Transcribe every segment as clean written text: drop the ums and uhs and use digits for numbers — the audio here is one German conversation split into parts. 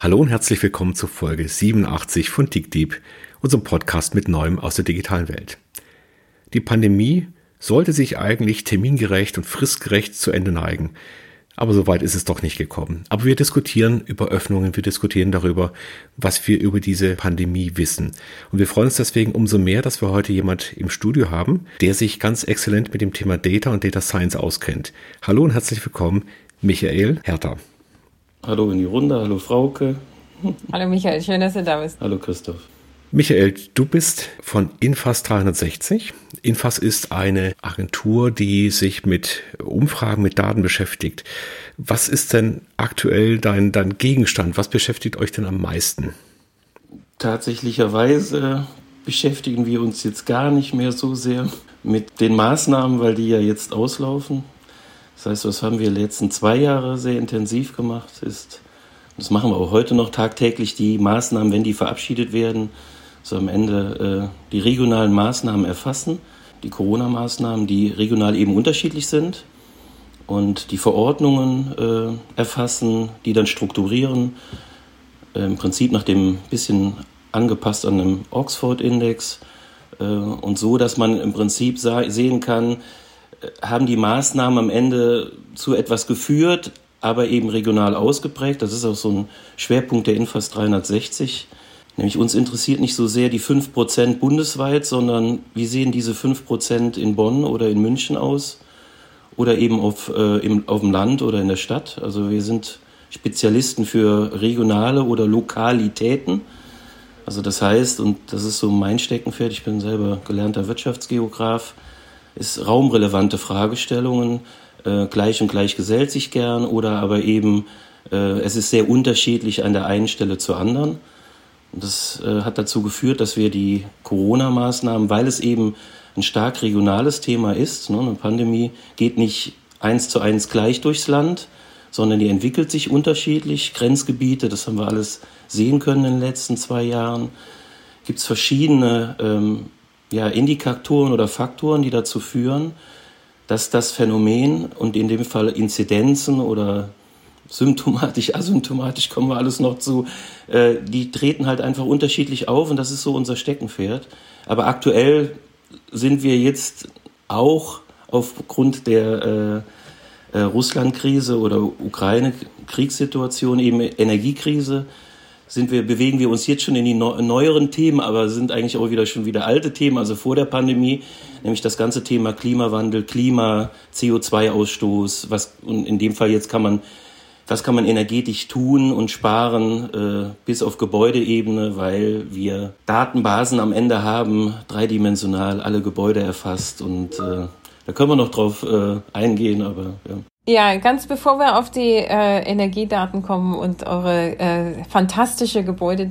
Hallo und herzlich willkommen zur Folge 87 von TickDeep, unserem Podcast mit Neuem aus der digitalen Welt. Die Pandemie sollte sich eigentlich termingerecht und fristgerecht zu Ende neigen, aber so weit ist es doch nicht gekommen. Aber wir diskutieren über Öffnungen, wir diskutieren darüber, was wir über diese Pandemie wissen. Und wir freuen uns deswegen umso mehr, dass wir heute jemand im Studio haben, der sich ganz exzellent mit dem Thema Data und Data Science auskennt. Hallo und herzlich willkommen, Michael Herter. Hallo in die Runde, hallo Frauke. Hallo Michael, schön, dass du da bist. Hallo Christoph. Michael, du bist von Infas 360. Infas ist eine Agentur, die sich mit Umfragen, mit Daten beschäftigt. Was ist denn aktuell dein Gegenstand? Was beschäftigt euch denn am meisten? Tatsächlicherweise beschäftigen wir uns jetzt gar nicht mehr so sehr mit den Maßnahmen, weil die ja jetzt auslaufen. Das heißt, was haben wir die letzten 2 Jahre sehr intensiv gemacht, das machen wir auch heute noch tagtäglich, die Maßnahmen, wenn die verabschiedet werden, so am Ende die regionalen Maßnahmen erfassen, die Corona-Maßnahmen, die regional eben unterschiedlich sind und die Verordnungen erfassen, die dann strukturieren, im Prinzip nach dem bisschen angepasst an dem Oxford-Index und so, dass man im Prinzip sehen kann, haben die Maßnahmen am Ende zu etwas geführt, aber eben regional ausgeprägt. Das ist auch so ein Schwerpunkt der Infas 360. Nämlich uns interessiert nicht so sehr die 5% bundesweit, sondern wie sehen diese 5% in Bonn oder in München aus oder eben auf dem Land oder in der Stadt. Also wir sind Spezialisten für regionale oder Lokalitäten. Also das heißt, und das ist so mein Steckenpferd, ich bin selber gelernter Wirtschaftsgeograf, ist raumrelevante Fragestellungen, gleich und gleich gesellt sich gern oder aber eben es ist sehr unterschiedlich an der einen Stelle zur anderen. Und das hat dazu geführt, dass wir die Corona-Maßnahmen, weil es eben ein stark regionales Thema ist, eine Pandemie geht nicht 1:1 gleich durchs Land, sondern die entwickelt sich unterschiedlich. Grenzgebiete, das haben wir alles sehen können in den letzten 2 Jahren. Gibt es verschiedene Indikatoren oder Faktoren, die dazu führen, dass das Phänomen und in dem Fall Inzidenzen oder symptomatisch, asymptomatisch, kommen wir alles noch zu, die treten halt einfach unterschiedlich auf und das ist so unser Steckenpferd. Aber aktuell sind wir jetzt auch aufgrund der Russland-Krise oder Ukraine-Kriegssituation, eben Energiekrise, bewegen wir uns jetzt schon in die neueren Themen, aber sind eigentlich auch schon wieder alte Themen, also vor der Pandemie, nämlich das ganze Thema Klimawandel, Klima, CO2-Ausstoß, und in dem Fall jetzt was kann man energetisch tun und sparen, bis auf Gebäudeebene, weil wir Datenbasen am Ende haben, dreidimensional alle Gebäude erfasst und da können wir noch drauf eingehen, aber ja. Ja, ganz bevor wir auf die Energiedaten kommen und eure fantastische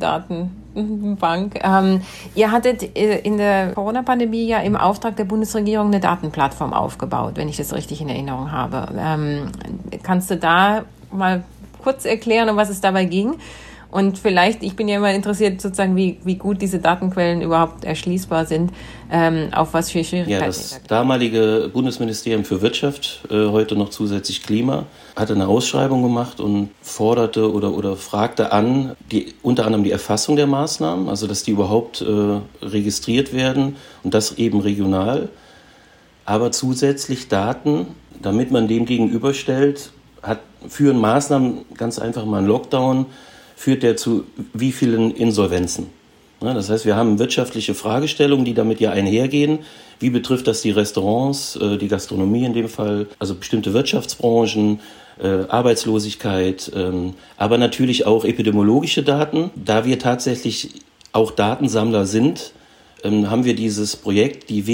Gebäudedatenbank. Ihr hattet in der Corona-Pandemie ja im Auftrag der Bundesregierung eine Datenplattform aufgebaut, wenn ich das richtig in Erinnerung habe. Kannst du da mal kurz erklären, um was es dabei ging? Und vielleicht, ich bin ja immer interessiert, sozusagen, wie gut diese Datenquellen überhaupt erschließbar sind, auf was für Schwierigkeiten. Ja, das damalige Bundesministerium für Wirtschaft, heute noch zusätzlich Klima, hatte eine Ausschreibung gemacht und forderte oder fragte an, unter anderem die Erfassung der Maßnahmen, also dass die überhaupt registriert werden und das eben regional, aber zusätzlich Daten, damit man dem gegenüberstellt, führen Maßnahmen, ganz einfach mal ein Lockdown, führt der zu wie vielen Insolvenzen. Ja, das heißt, wir haben wirtschaftliche Fragestellungen, die damit ja einhergehen. Wie betrifft das die Restaurants, die Gastronomie in dem Fall, also bestimmte Wirtschaftsbranchen, Arbeitslosigkeit, aber natürlich auch epidemiologische Daten. Da wir tatsächlich auch Datensammler sind, haben wir dieses Projekt, die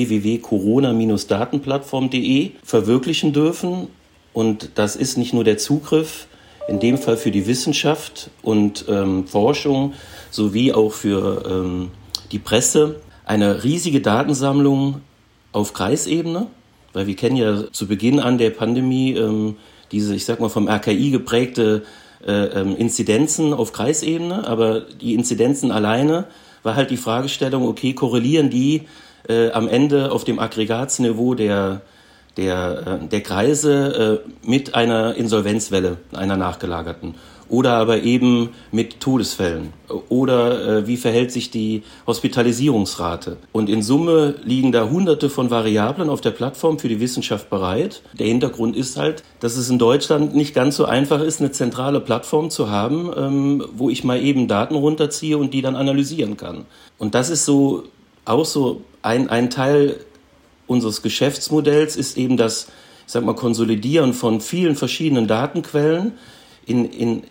www.corona-datenplattform.de, verwirklichen dürfen. Und das ist nicht nur der Zugriff, in dem Fall für die Wissenschaft und Forschung sowie auch für die Presse, eine riesige Datensammlung auf Kreisebene, weil wir kennen ja zu Beginn an der Pandemie diese, ich sag mal, vom RKI geprägte Inzidenzen auf Kreisebene, aber die Inzidenzen alleine war halt die Fragestellung, okay, korrelieren die am Ende auf dem Aggregatsniveau der der Kreise mit einer Insolvenzwelle, einer nachgelagerten. Oder aber eben mit Todesfällen. Oder wie verhält sich die Hospitalisierungsrate? Und in Summe liegen da Hunderte von Variablen auf der Plattform für die Wissenschaft bereit. Der Hintergrund ist halt, dass es in Deutschland nicht ganz so einfach ist, eine zentrale Plattform zu haben, wo ich mal eben Daten runterziehe und die dann analysieren kann. Und das ist so auch so ein Teil unseres Geschäftsmodells, ist eben das, ich sag mal, Konsolidieren von vielen verschiedenen Datenquellen in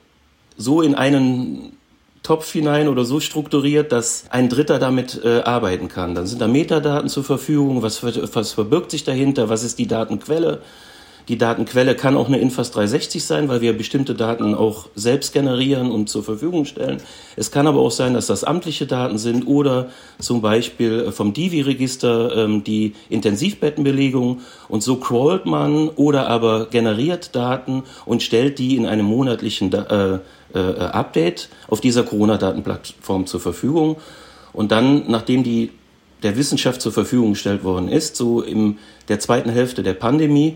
einen Topf hinein oder so strukturiert, dass ein Dritter damit arbeiten kann. Dann sind da Metadaten zur Verfügung, was verbirgt sich dahinter, was ist die Datenquelle. Die Datenquelle kann auch eine Infas 360 sein, weil wir bestimmte Daten auch selbst generieren und zur Verfügung stellen. Es kann aber auch sein, dass das amtliche Daten sind oder zum Beispiel vom Divi-Register die Intensivbettenbelegung. Und so crawlt man oder aber generiert Daten und stellt die in einem monatlichen Update auf dieser Corona-Datenplattform zur Verfügung. Und dann, nachdem die der Wissenschaft zur Verfügung gestellt worden ist, so in der zweiten Hälfte der Pandemie,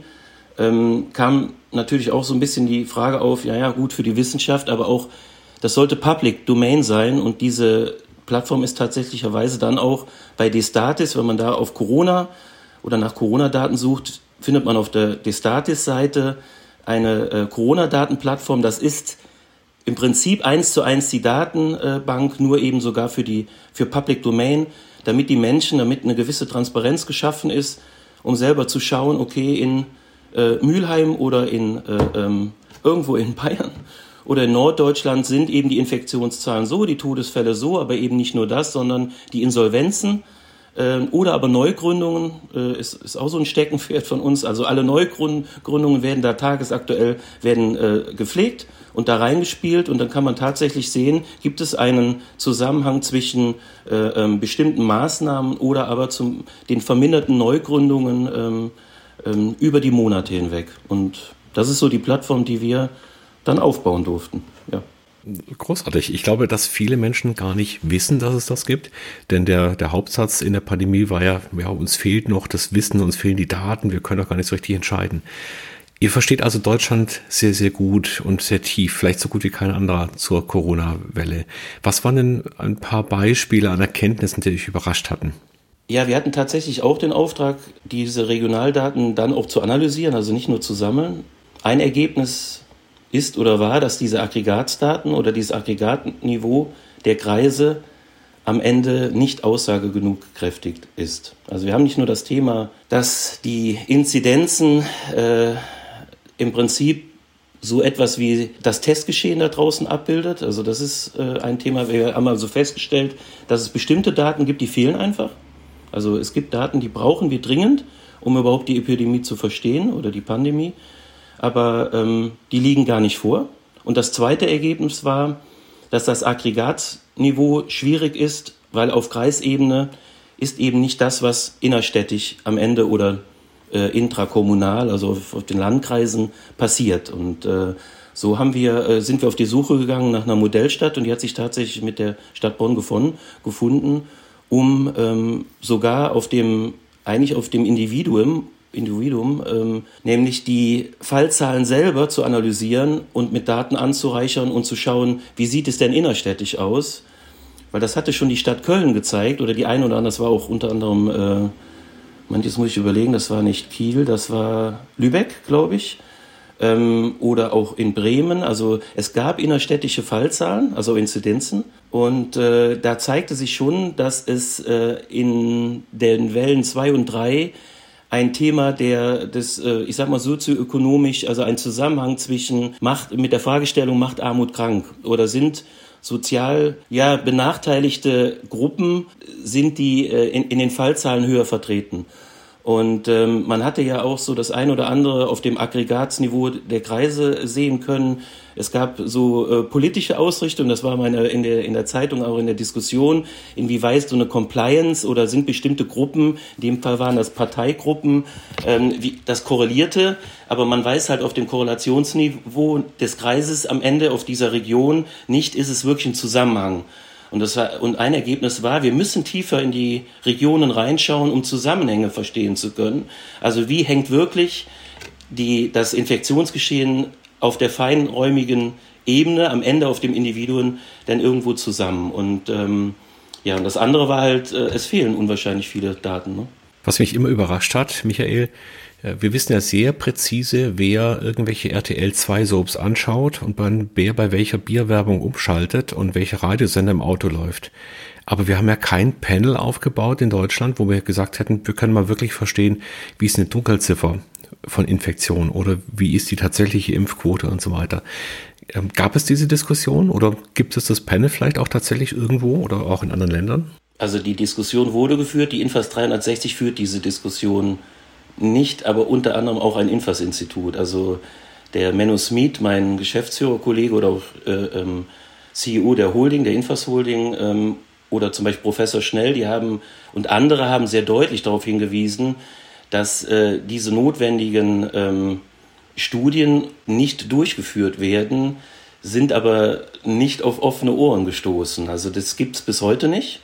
kam natürlich auch so ein bisschen die Frage auf, ja gut, für die Wissenschaft, aber auch, das sollte Public Domain sein und diese Plattform ist tatsächlicherweise dann auch bei Destatis, wenn man da auf Corona oder nach Corona-Daten sucht, findet man auf der Destatis-Seite eine Corona-Datenplattform, das ist im Prinzip 1:1 die Datenbank, nur eben sogar für Public Domain, damit eine gewisse Transparenz geschaffen ist, um selber zu schauen, okay, in Mülheim oder irgendwo in Bayern oder in Norddeutschland sind eben die Infektionszahlen so, die Todesfälle so, aber eben nicht nur das, sondern die Insolvenzen oder aber Neugründungen ist auch so ein Steckenpferd von uns. Also alle Neugründungen werden da tagesaktuell gepflegt und da reingespielt und dann kann man tatsächlich sehen, gibt es einen Zusammenhang zwischen bestimmten Maßnahmen oder aber den verminderten Neugründungen über die Monate hinweg. Und das ist so die Plattform, die wir dann aufbauen durften. Ja. Großartig. Ich glaube, dass viele Menschen gar nicht wissen, dass es das gibt. Denn der Hauptsatz in der Pandemie war ja, uns fehlt noch das Wissen, uns fehlen die Daten, wir können doch gar nicht so richtig entscheiden. Ihr versteht also Deutschland sehr, sehr gut und sehr tief, vielleicht so gut wie kein anderer zur Corona-Welle. Was waren denn ein paar Beispiele an Erkenntnissen, die euch überrascht hatten? Ja, wir hatten tatsächlich auch den Auftrag, diese Regionaldaten dann auch zu analysieren, also nicht nur zu sammeln. Ein Ergebnis ist oder war, dass diese Aggregatsdaten oder dieses Aggregatniveau der Kreise am Ende nicht aussagekräftig ist. Also wir haben nicht nur das Thema, dass die Inzidenzen im Prinzip so etwas wie das Testgeschehen da draußen abbildet. Also das ist ein Thema, wir haben also festgestellt, dass es bestimmte Daten gibt, die fehlen einfach. Also es gibt Daten, die brauchen wir dringend, um überhaupt die Epidemie zu verstehen oder die Pandemie, aber die liegen gar nicht vor. Und das zweite Ergebnis war, dass das Aggregatniveau schwierig ist, weil auf Kreisebene ist eben nicht das, was innerstädtisch am Ende oder intrakommunal, also auf den Landkreisen passiert. Und so sind wir auf die Suche gegangen nach einer Modellstadt und die hat sich tatsächlich mit der Stadt Bonn gefunden, um sogar auf dem Individuum, nämlich die Fallzahlen selber zu analysieren und mit Daten anzureichern und zu schauen, wie sieht es denn innerstädtisch aus? Weil das hatte schon die Stadt Köln gezeigt oder die eine oder andere, das war auch unter anderem, jetzt muss ich überlegen, das war nicht Kiel, das war Lübeck, glaube ich. Oder auch in Bremen. Also es gab innerstädtische Fallzahlen, also Inzidenzen. Und da zeigte sich schon, dass es in den Wellen 2 und 3 ein Thema ich sag mal sozioökonomisch, also ein Zusammenhang zwischen mit der Fragestellung, macht Armut krank? Oder sind sozial benachteiligte Gruppen, sind die in den Fallzahlen höher vertreten? Und man hatte ja auch so das ein oder andere auf dem Aggregatsniveau der Kreise sehen können. Es gab so politische Ausrichtungen, das war in der Zeitung auch in der Diskussion, inwieweit so eine Compliance oder sind bestimmte Gruppen, in dem Fall waren das Parteigruppen, wie das korrelierte. Aber man weiß halt auf dem Korrelationsniveau des Kreises am Ende auf dieser Region nicht, ist es wirklich ein Zusammenhang. Und ein Ergebnis war, wir müssen tiefer in die Regionen reinschauen, um Zusammenhänge verstehen zu können. Also wie hängt wirklich das Infektionsgeschehen auf der feinräumigen Ebene, am Ende auf dem Individuum, denn irgendwo zusammen. Und und das andere war halt, es fehlen unwahrscheinlich viele Daten. Ne? Was mich immer überrascht hat, Michael, wir wissen ja sehr präzise, wer irgendwelche RTL-2-Soaps anschaut und wer bei welcher Bierwerbung umschaltet und welcher Radiosender im Auto läuft. Aber wir haben ja kein Panel aufgebaut in Deutschland, wo wir gesagt hätten, wir können mal wirklich verstehen, wie ist eine Dunkelziffer von Infektionen oder wie ist die tatsächliche Impfquote und so weiter. Gab es diese Diskussion oder gibt es das Panel vielleicht auch tatsächlich irgendwo oder auch in anderen Ländern? Also die Diskussion wurde geführt, die INFAS 360 führt diese Diskussion nicht, aber unter anderem auch ein INFAS-Institut. Also der Menno Smit, mein Geschäftsführerkollege oder auch CEO der Holding, der INFAS Holding oder zum Beispiel Professor Schnell, und andere haben sehr deutlich darauf hingewiesen, dass diese notwendigen Studien nicht durchgeführt werden, sind aber nicht auf offene Ohren gestoßen. Also das gibt es bis heute nicht.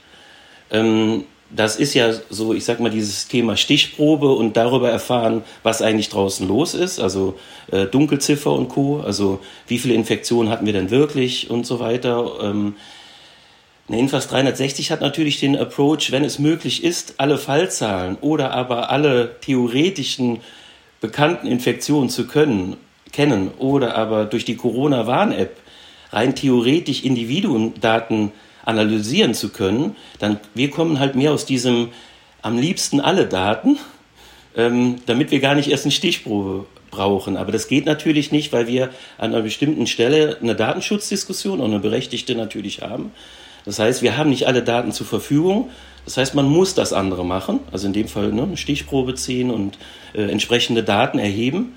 Das ist ja so, ich sag mal, dieses Thema Stichprobe und darüber erfahren, was eigentlich draußen los ist, also Dunkelziffer und Co., also wie viele Infektionen hatten wir denn wirklich und so weiter. Eine INFAS 360 hat natürlich den Approach, wenn es möglich ist, alle Fallzahlen oder aber alle theoretischen bekannten Infektionen zu kennen oder aber durch die Corona-Warn-App rein theoretisch Individuendaten analysieren zu können, dann wir kommen halt mehr aus diesem am liebsten alle Daten, damit wir gar nicht erst eine Stichprobe brauchen. Aber das geht natürlich nicht, weil wir an einer bestimmten Stelle eine Datenschutzdiskussion, auch eine berechtigte natürlich haben. Das heißt, wir haben nicht alle Daten zur Verfügung. Das heißt, man muss das andere machen, also in dem Fall eine Stichprobe ziehen und entsprechende Daten erheben.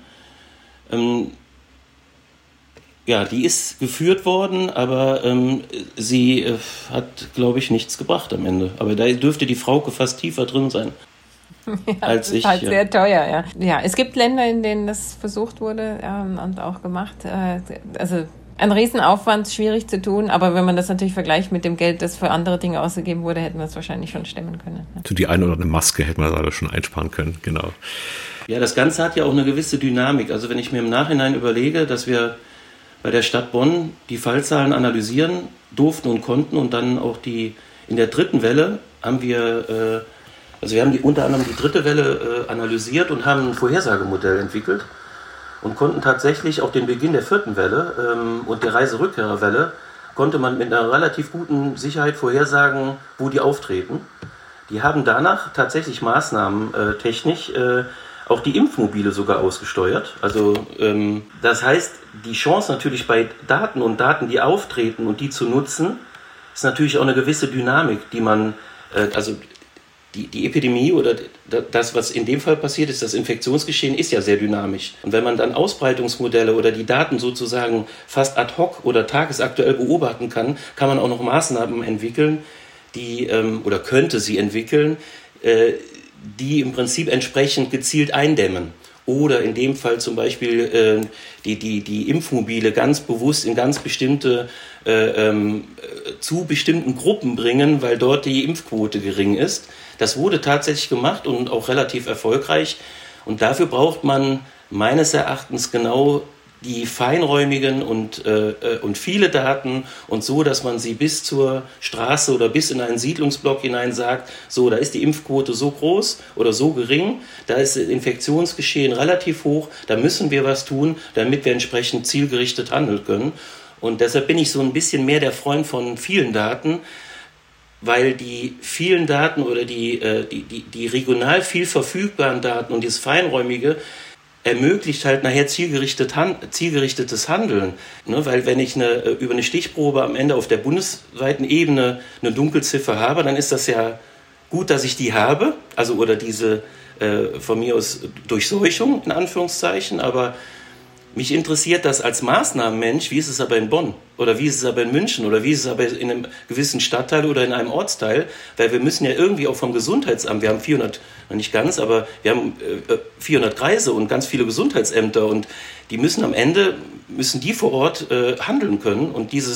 Die ist geführt worden, aber sie hat, glaube ich, nichts gebracht am Ende. Aber da dürfte die Frauke fast tiefer drin sein als ich. Das ist halt sehr teuer, ja. Ja, es gibt Länder, in denen das versucht wurde und auch gemacht. Also ein Riesenaufwand, schwierig zu tun, aber wenn man das natürlich vergleicht mit dem Geld, das für andere Dinge ausgegeben wurde, hätten wir es wahrscheinlich schon stemmen können. Ja. So die eine oder andere Maske hätten wir da schon einsparen können, genau. Ja, das Ganze hat ja auch eine gewisse Dynamik. Also wenn ich mir im Nachhinein überlege, dass wir bei der Stadt Bonn die Fallzahlen analysieren durften und konnten und dann auch in der dritten Welle haben wir, unter anderem die dritte Welle analysiert und haben ein Vorhersagemodell entwickelt und konnten tatsächlich auch den Beginn der vierten Welle und der Reiserückkehrerwelle konnte man mit einer relativ guten Sicherheit vorhersagen, wo die auftreten. Die haben danach tatsächlich Maßnahmen technisch auch die Impfmobile sogar ausgesteuert. Also das heißt, die Chance natürlich bei Daten, die auftreten und die zu nutzen, ist natürlich auch eine gewisse Dynamik, die man, die Epidemie oder das, was in dem Fall passiert ist, das Infektionsgeschehen ist ja sehr dynamisch. Und wenn man dann Ausbreitungsmodelle oder die Daten sozusagen fast ad hoc oder tagesaktuell beobachten kann, kann man auch noch Maßnahmen entwickeln, oder könnte sie entwickeln, die im Prinzip entsprechend gezielt eindämmen. Oder in dem Fall zum Beispiel die Impfmobile ganz bewusst in ganz bestimmte, zu bestimmten Gruppen bringen, weil dort die Impfquote gering ist. Das wurde tatsächlich gemacht und auch relativ erfolgreich. Und dafür braucht man meines Erachtens genau die feinräumigen und viele Daten und so, dass man sie bis zur Straße oder bis in einen Siedlungsblock hinein sagt, so, da ist die Impfquote so groß oder so gering, da ist das Infektionsgeschehen relativ hoch, da müssen wir was tun, damit wir entsprechend zielgerichtet handeln können. Und deshalb bin ich so ein bisschen mehr der Freund von vielen Daten, weil die vielen Daten oder die regional viel verfügbaren Daten und das Feinräumige ermöglicht halt nachher zielgerichtetes Handeln. Ne? Weil wenn ich über eine Stichprobe am Ende auf der bundesweiten Ebene eine Dunkelziffer habe, dann ist das ja gut, dass ich die habe, also oder diese von mir aus Durchseuchung in Anführungszeichen, aber mich interessiert das als Maßnahmenmensch, wie ist es aber in Bonn oder wie ist es aber in München oder wie ist es aber in einem gewissen Stadtteil oder in einem Ortsteil, weil wir müssen ja irgendwie auch vom Gesundheitsamt, wir haben 400, nicht ganz, aber wir haben 400 Kreise und ganz viele Gesundheitsämter und die müssen am Ende, die vor Ort handeln können und dieses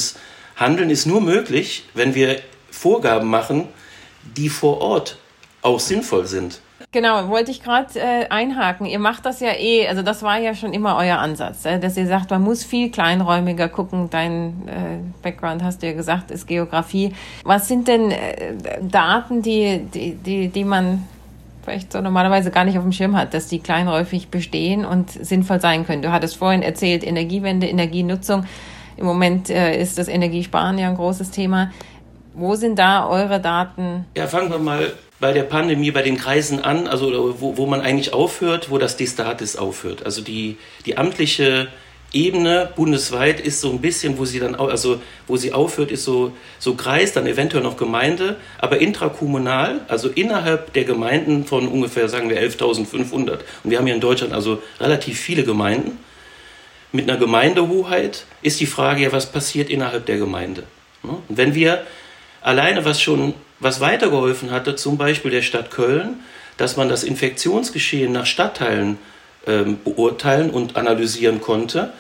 Handeln ist nur möglich, wenn wir Vorgaben machen, die vor Ort auch sinnvoll sind. Genau, wollte ich gerade einhaken. Ihr macht das ja also das war ja schon immer euer Ansatz, dass ihr sagt, man muss viel kleinräumiger gucken. Dein Background, hast du ja gesagt, ist Geografie. Was sind denn Daten, die man vielleicht so normalerweise gar nicht auf dem Schirm hat, dass die kleinräumig bestehen und sinnvoll sein können? Du hattest vorhin erzählt, Energiewende, Energienutzung. Im Moment ist das Energiesparen ja ein großes Thema. Wo sind da eure Daten? Ja, fangen wir mal bei der Pandemie, bei den Kreisen an, also wo man eigentlich aufhört, wo das Destatis aufhört. Also die amtliche Ebene bundesweit ist so ein bisschen, wo sie aufhört, ist so Kreis, dann eventuell noch Gemeinde, aber intrakommunal, also innerhalb der Gemeinden von ungefähr, sagen wir, 11.500. Und wir haben hier in Deutschland also relativ viele Gemeinden. Mit einer Gemeindehoheit ist die Frage ja, was passiert innerhalb der Gemeinde. Und wenn wir alleine, was weitergeholfen hatte, zum Beispiel der Stadt Köln, dass man das Infektionsgeschehen nach Stadtteilen beurteilen und analysieren konnte.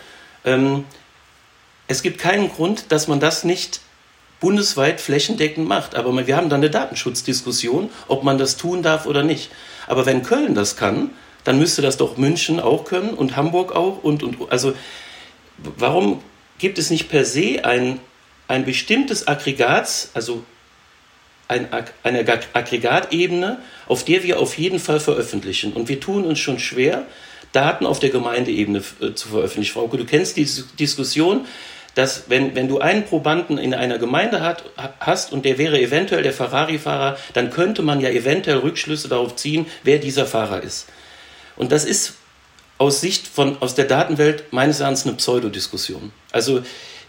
Es gibt keinen Grund, dass man das nicht bundesweit flächendeckend macht. Aber wir haben dann eine Datenschutzdiskussion, ob man das tun darf oder nicht. Aber wenn Köln das kann, dann müsste das doch München auch können und Hamburg auch. Also warum gibt es nicht per se ein bestimmtes Aggregats, also eine Aggregatebene, auf der wir auf jeden Fall veröffentlichen. Und wir tun uns schon schwer, Daten auf der Gemeindeebene zu veröffentlichen. Frauke, du kennst die Diskussion, dass wenn du einen Probanden in einer Gemeinde hast und der wäre eventuell der Ferrari-Fahrer, dann könnte man ja eventuell Rückschlüsse darauf ziehen, wer dieser Fahrer ist. Und das ist aus der Datenwelt meines Erachtens eine Pseudodiskussion. Also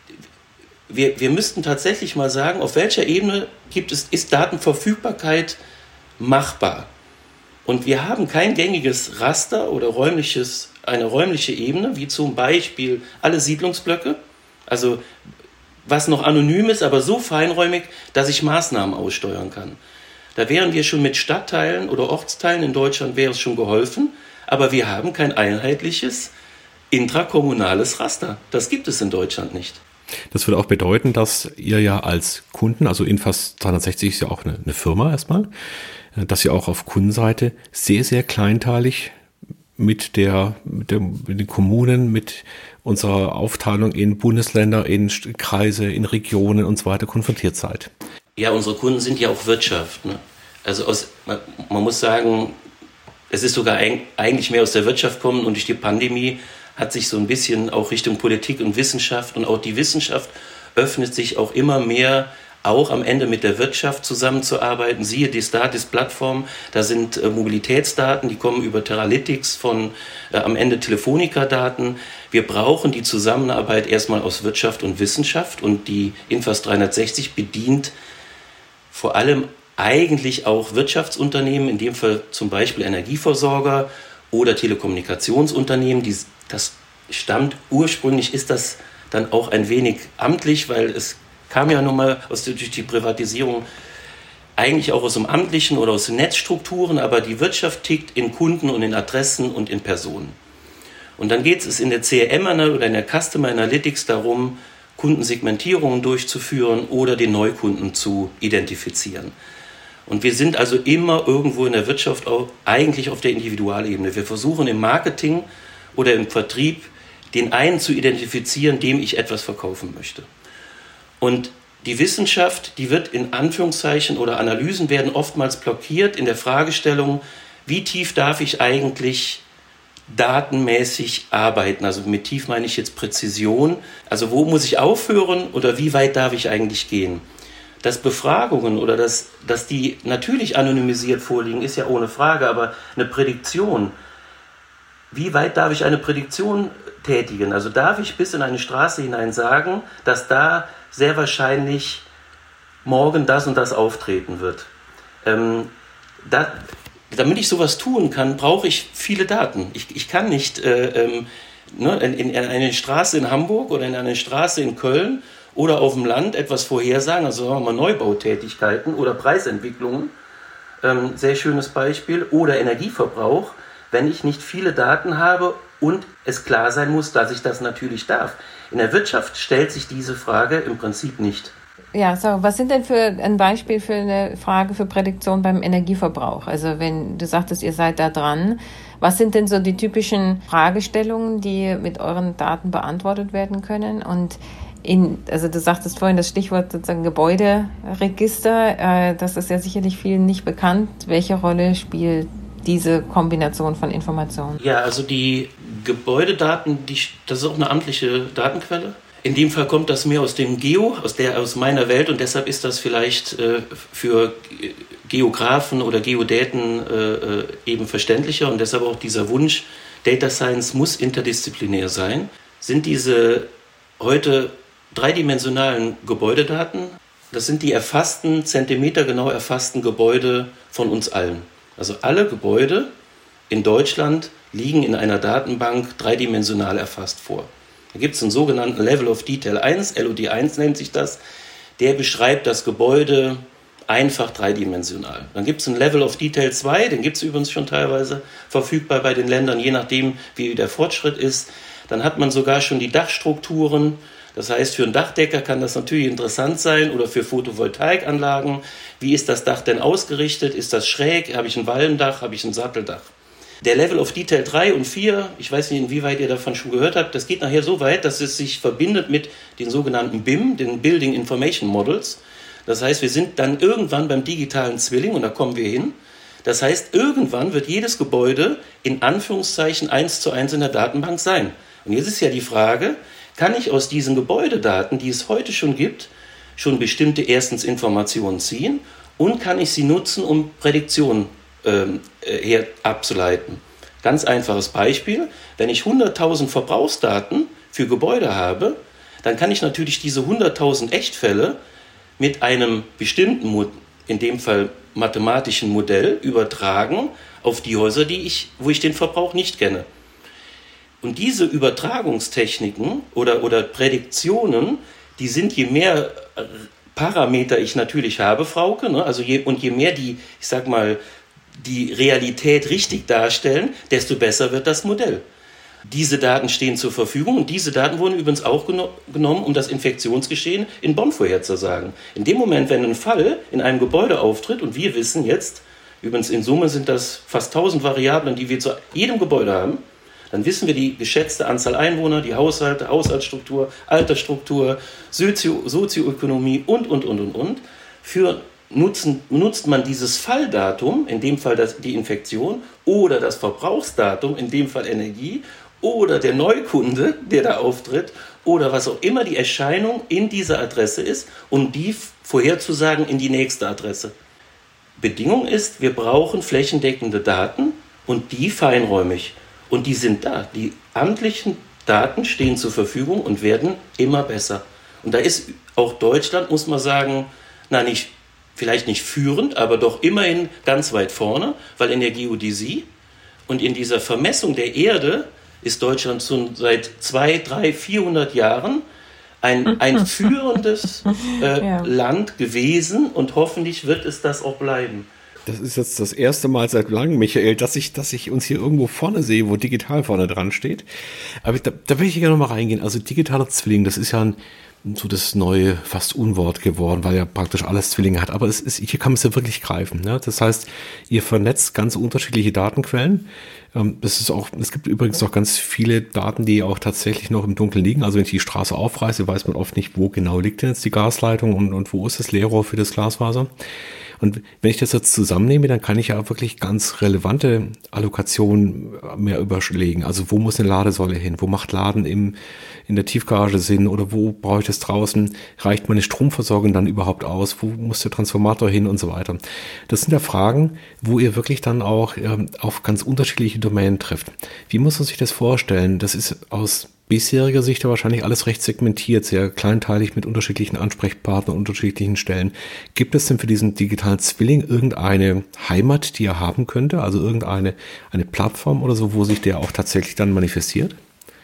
wir müssten tatsächlich mal sagen, auf welcher Ebene ist Datenverfügbarkeit machbar. Und wir haben kein gängiges Raster oder eine räumliche Ebene, wie zum Beispiel alle Siedlungsblöcke, also was noch anonym ist, aber so feinräumig, dass ich Maßnahmen aussteuern kann. Da wären wir schon mit Stadtteilen oder Ortsteilen in Deutschland, wäre es schon geholfen, aber wir haben kein einheitliches intrakommunales Raster. Das gibt es in Deutschland nicht. Das würde auch bedeuten, dass ihr ja als Kunden, also Infas 360 ist ja auch eine Firma erstmal, dass ihr auch auf Kundenseite sehr, sehr kleinteilig mit den Kommunen, mit unserer Aufteilung in Bundesländer, in Kreise, in Regionen und so weiter konfrontiert seid. Ja, unsere Kunden sind ja auch Wirtschaft. Ne? Also man muss sagen, es ist sogar eigentlich mehr aus der Wirtschaft kommen und durch die Pandemie hat sich so ein bisschen auch Richtung Politik und Wissenschaft und auch die Wissenschaft öffnet sich auch immer mehr, auch am Ende mit der Wirtschaft zusammenzuarbeiten. Siehe die Statis-Plattform, da sind Mobilitätsdaten, die kommen über Teralytics von am Ende Telefonica-Daten. Wir brauchen die Zusammenarbeit erstmal aus Wirtschaft und Wissenschaft und die Infas 360 bedient vor allem eigentlich auch Wirtschaftsunternehmen, in dem Fall zum Beispiel Energieversorger oder Telekommunikationsunternehmen. Das stammt ursprünglich, ist das dann auch ein wenig amtlich, weil es kam ja nun mal durch die Privatisierung eigentlich auch aus dem Amtlichen oder aus den Netzstrukturen, aber die Wirtschaft tickt in Kunden und in Adressen und in Personen. Und dann geht es in der CRM oder in der Customer Analytics darum, Kundensegmentierungen durchzuführen oder den Neukunden zu identifizieren. Und wir sind also immer irgendwo in der Wirtschaft auch eigentlich auf der Individualebene. Wir versuchen im Marketing oder im Vertrieb den einen zu identifizieren, dem ich etwas verkaufen möchte. Und die Wissenschaft, die wird in Anführungszeichen oder Analysen werden oftmals blockiert in der Fragestellung, wie tief darf ich eigentlich datenmäßig arbeiten? Also mit tief meine ich jetzt Präzision. Also wo muss ich aufhören oder wie weit darf ich eigentlich gehen? Dass Befragungen oder dass die natürlich anonymisiert vorliegen, ist ja ohne Frage, aber eine Prädiktion, wie weit darf ich eine Prädiktion tätigen? Also darf ich bis in eine Straße hinein sagen, dass da sehr wahrscheinlich morgen das und das auftreten wird. Damit ich sowas tun kann, brauche ich viele Daten. Ich kann nicht in eine Straße in Hamburg oder in eine Straße in Köln oder auf dem Land etwas vorhersagen, also sagen wir mal Neubautätigkeiten oder Preisentwicklungen, sehr schönes Beispiel, oder Energieverbrauch, wenn ich nicht viele Daten habe und es klar sein muss, dass ich das natürlich darf. In der Wirtschaft stellt sich diese Frage im Prinzip nicht. Ja, so, was sind denn für ein Beispiel für eine Frage für Prädiktion beim Energieverbrauch? Also wenn du sagtest, ihr seid da dran, was sind denn so die typischen Fragestellungen, die mit euren Daten beantwortet werden können? Und also du sagtest vorhin das Stichwort sozusagen Gebäuderegister, das ist ja sicherlich vielen nicht bekannt. Welche Rolle spielt diese Kombination von Informationen? Ja, also die Gebäudedaten, das ist auch eine amtliche Datenquelle. In dem Fall kommt das mehr aus dem aus meiner Welt, und deshalb ist das vielleicht für Geografen oder Geodäten eben verständlicher, und deshalb auch dieser Wunsch, Data Science muss interdisziplinär sein, sind diese heute dreidimensionalen Gebäudedaten. Das sind die zentimetergenau erfassten Gebäude von uns allen. Also alle Gebäude in Deutschland liegen in einer Datenbank dreidimensional erfasst vor. Da gibt es einen sogenannten Level of Detail 1, LOD1 nennt sich das, der beschreibt das Gebäude einfach dreidimensional. Dann gibt es einen Level of Detail 2, den gibt es übrigens schon teilweise verfügbar bei den Ländern, je nachdem wie der Fortschritt ist. Dann hat man sogar schon die Dachstrukturen. Das heißt, für einen Dachdecker kann das natürlich interessant sein, oder für Photovoltaikanlagen. Wie ist das Dach denn ausgerichtet? Ist das schräg? Habe ich ein Walmdach? Habe ich ein Satteldach? Der Level of Detail 3 und 4, ich weiß nicht, inwieweit ihr davon schon gehört habt, das geht nachher so weit, dass es sich verbindet mit den sogenannten BIM, den Building Information Models. Das heißt, wir sind dann irgendwann beim digitalen Zwilling, und da kommen wir hin. Das heißt, irgendwann wird jedes Gebäude in Anführungszeichen 1:1 in der Datenbank sein. Und jetzt ist ja die Frage, kann ich aus diesen Gebäudedaten, die es heute schon gibt, schon bestimmte Informationen ziehen, und kann ich sie nutzen, um Prädiktionen abzuleiten. Ganz einfaches Beispiel, wenn ich 100.000 Verbrauchsdaten für Gebäude habe, dann kann ich natürlich diese 100.000 Echtfälle mit einem bestimmten, in dem Fall mathematischen Modell übertragen auf die Häuser, wo ich den Verbrauch nicht kenne. Und diese Übertragungstechniken oder Prädiktionen, die sind, je mehr Parameter ich natürlich habe, Frauke, ne? Also je mehr die Realität richtig darstellen, desto besser wird das Modell. Diese Daten stehen zur Verfügung, und diese Daten wurden übrigens auch genommen, um das Infektionsgeschehen in Bonn vorherzusagen. In dem Moment, wenn ein Fall in einem Gebäude auftritt, und wir wissen jetzt, übrigens in Summe sind das fast 1000 Variablen, die wir zu jedem Gebäude haben, dann wissen wir die geschätzte Anzahl Einwohner, die Haushalte, Haushaltsstruktur, Altersstruktur, Sozioökonomie und. Nutzt man dieses Falldatum, in dem Fall die Infektion, oder das Verbrauchsdatum, in dem Fall Energie, oder der Neukunde, der da auftritt, oder was auch immer die Erscheinung in dieser Adresse ist, um die vorherzusagen in die nächste Adresse. Bedingung ist, wir brauchen flächendeckende Daten, und die feinräumig. Und die sind da. Die amtlichen Daten stehen zur Verfügung und werden immer besser. Und da ist auch Deutschland, muss man sagen, vielleicht nicht führend, aber doch immerhin ganz weit vorne, weil in der Geodäsie und in dieser Vermessung der Erde ist Deutschland schon seit 200, 300, 400 Jahren ein führendes Land gewesen, und hoffentlich wird es das auch bleiben. Das ist jetzt das erste Mal seit langem, Michael, dass ich uns hier irgendwo vorne sehe, wo digital vorne dran steht. Aber da will ich gerne noch mal reingehen. Also digitaler Zwilling, das ist ja so das neue fast Unwort geworden, weil ja praktisch alles Zwillinge hat. Aber hier kann man es ja wirklich greifen. Ne? Das heißt, ihr vernetzt ganz unterschiedliche Datenquellen. Es gibt übrigens auch ganz viele Daten, die auch tatsächlich noch im Dunkeln liegen. Also wenn ich die Straße aufreiße, weiß man oft nicht, wo genau liegt denn jetzt die Gasleitung und wo ist das Leerrohr für das Glasfaser. Und wenn ich das jetzt zusammennehme, dann kann ich ja wirklich ganz relevante Allokationen mehr überlegen. Also wo muss eine Ladesäule hin? Wo macht Laden in der Tiefgarage Sinn? Oder wo brauche ich das draußen? Reicht meine Stromversorgung dann überhaupt aus? Wo muss der Transformator hin und so weiter? Das sind ja Fragen, wo ihr wirklich dann auch auf ganz unterschiedliche Domänen trifft. Wie muss man sich das vorstellen? Das ist aus bisheriger Sicht ja wahrscheinlich alles recht segmentiert, sehr kleinteilig mit unterschiedlichen Ansprechpartnern, unterschiedlichen Stellen. Gibt es denn für diesen digitalen Zwilling irgendeine Heimat, die er haben könnte? Also irgendeine Plattform oder so, wo sich der auch tatsächlich dann manifestiert?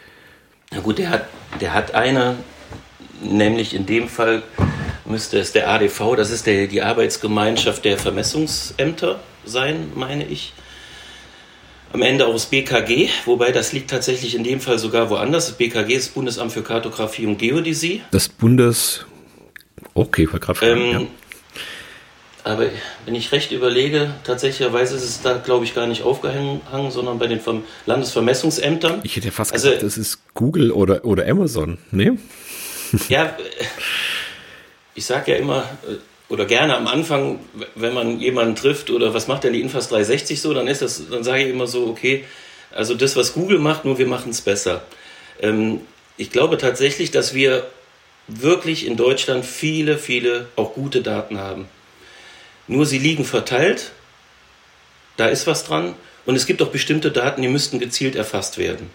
Na gut, der hat eine, nämlich in dem Fall müsste es der ADV, das ist die Arbeitsgemeinschaft der Vermessungsämter sein, meine ich. am Ende auch das BKG, wobei das liegt tatsächlich in dem Fall sogar woanders. Das BKG ist das Bundesamt für Kartografie und Geodäsie. Das okay, war gerade fragen, ja. Aber wenn ich recht überlege, tatsächlicherweise ist es da, glaube ich, gar nicht aufgehangen, sondern bei den Landesvermessungsämtern. Ich hätte ja fast gesagt, das ist Google oder Amazon, ne? Ja, ich sage ja immer oder gerne am Anfang, wenn man jemanden trifft oder was macht denn die Infas 360 so, dann sage ich immer so, okay, also das, was Google macht, nur wir machen es besser. Ich glaube tatsächlich, dass wir wirklich in Deutschland viele, viele auch gute Daten haben. Nur sie liegen verteilt, da ist was dran und es gibt auch bestimmte Daten, die müssten gezielt erfasst werden.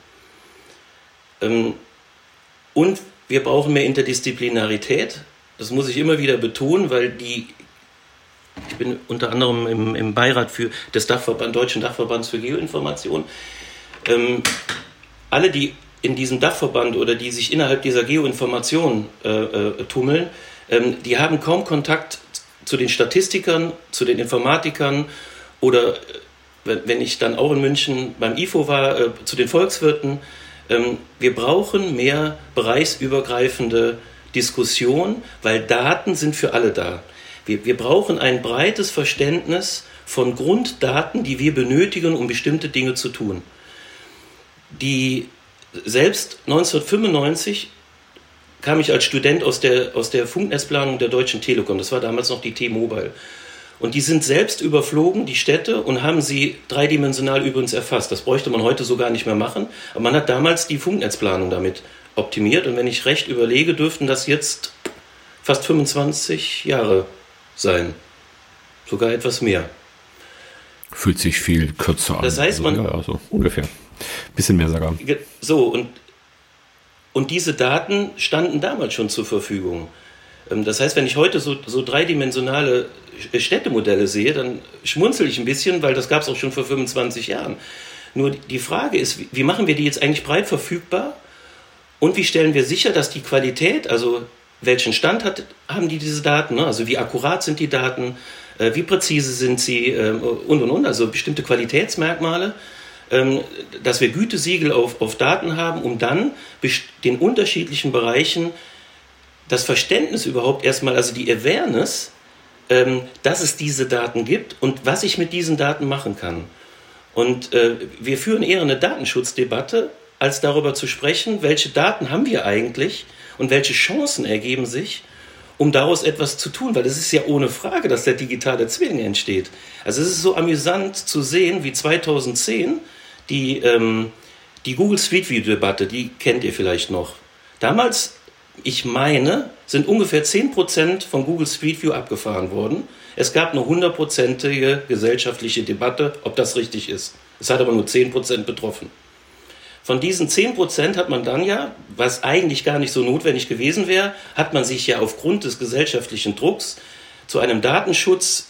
Und wir brauchen mehr Interdisziplinarität, das muss ich immer wieder betonen, weil ich bin unter anderem im Beirat des Deutschen Dachverbands für Geoinformation. Alle, die in diesem Dachverband oder die sich innerhalb dieser Geoinformation tummeln, die haben kaum Kontakt zu den Statistikern, zu den Informatikern oder, wenn ich dann auch in München beim IFO war, zu den Volkswirten. Wir brauchen mehr bereichsübergreifende Diskussion, weil Daten sind für alle da. Wir brauchen ein breites Verständnis von Grunddaten, die wir benötigen, um bestimmte Dinge zu tun. Selbst 1995 kam ich als Student aus der Funknetzplanung der Deutschen Telekom, das war damals noch die T-Mobile. Und die sind selbst überflogen, die Städte, und haben sie dreidimensional übrigens erfasst. Das bräuchte man heute so gar nicht mehr machen, aber man hat damals die Funknetzplanung damit optimiert. Und wenn ich recht überlege, dürften das jetzt fast 25 Jahre sein. Sogar etwas mehr. Fühlt sich viel kürzer an. Das heißt, also ungefähr. Bisschen mehr sogar. So, und diese Daten standen damals schon zur Verfügung. Das heißt, wenn ich heute so dreidimensionale Städtemodelle sehe, dann schmunzel ich ein bisschen, weil das gab es auch schon vor 25 Jahren. Nur die Frage ist, wie machen wir die jetzt eigentlich breit verfügbar und wie stellen wir sicher, dass die Qualität, also welchen Stand haben diese Daten, ne? Also wie akkurat sind die Daten, wie präzise sind sie und, also bestimmte Qualitätsmerkmale, dass wir Gütesiegel auf Daten haben, um dann den unterschiedlichen Bereichen das Verständnis überhaupt erstmal, also die Awareness, dass es diese Daten gibt und was ich mit diesen Daten machen kann. Und wir führen eher eine Datenschutzdebatte, als darüber zu sprechen, welche Daten haben wir eigentlich und welche Chancen ergeben sich, um daraus etwas zu tun, weil es ist ja ohne Frage, dass der digitale Zwilling entsteht. Also es ist so amüsant zu sehen, wie 2010 die Google Street View Debatte, die kennt ihr vielleicht noch. Damals, ich meine, sind ungefähr 10% von Google Street View abgefahren worden. Es gab eine 100%ige gesellschaftliche Debatte, ob das richtig ist. Es hat aber nur 10% betroffen. Von diesen 10% hat man dann ja, was eigentlich gar nicht so notwendig gewesen wäre, hat man sich ja aufgrund des gesellschaftlichen Drucks zu einem Datenschutz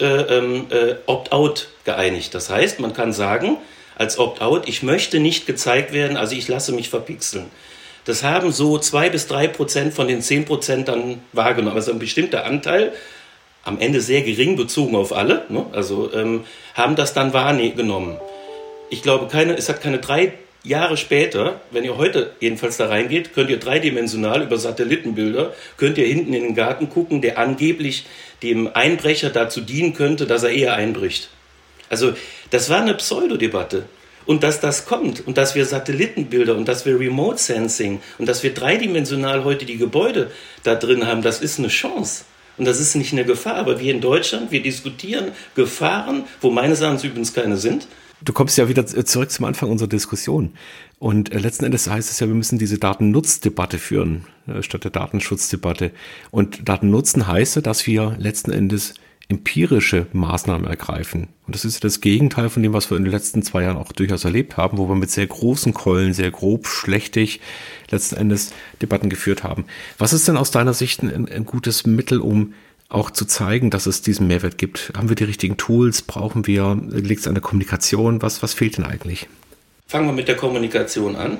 Opt-out geeinigt. Das heißt, man kann sagen, als Opt-out, ich möchte nicht gezeigt werden, also ich lasse mich verpixeln. Das haben so 2-3% von den 10% dann wahrgenommen. Also ein bestimmter Anteil, am Ende sehr gering bezogen auf alle, ne? Also haben das dann wahrgenommen. Ich glaube, es hat keine 3 Jahre später, wenn ihr heute jedenfalls da reingeht, könnt ihr dreidimensional über Satellitenbilder, könnt ihr hinten in den Garten gucken, der angeblich dem Einbrecher dazu dienen könnte, dass er eher einbricht. Also das war eine Pseudodebatte. Und dass das kommt und dass wir Satellitenbilder und dass wir Remote Sensing und dass wir dreidimensional heute die Gebäude da drin haben, das ist eine Chance. Und das ist nicht eine Gefahr. Aber wir in Deutschland, wir diskutieren Gefahren, wo meines Erachtens übrigens keine sind. Du kommst ja wieder zurück zum Anfang unserer Diskussion. Und letzten Endes heißt es ja, wir müssen diese Datennutzdebatte führen, statt der Datenschutzdebatte. Und Datennutzen heißt ja, dass wir letzten Endes empirische Maßnahmen ergreifen. Und das ist das Gegenteil von dem, was wir in den letzten 2 Jahren auch durchaus erlebt haben, wo wir mit sehr großen Keulen, sehr grob, schlechtig letzten Endes Debatten geführt haben. Was ist denn aus deiner Sicht ein gutes Mittel, um auch zu zeigen, dass es diesen Mehrwert gibt? Haben wir die richtigen Tools? Liegt es an der Kommunikation? Was fehlt denn eigentlich? Fangen wir mit der Kommunikation an.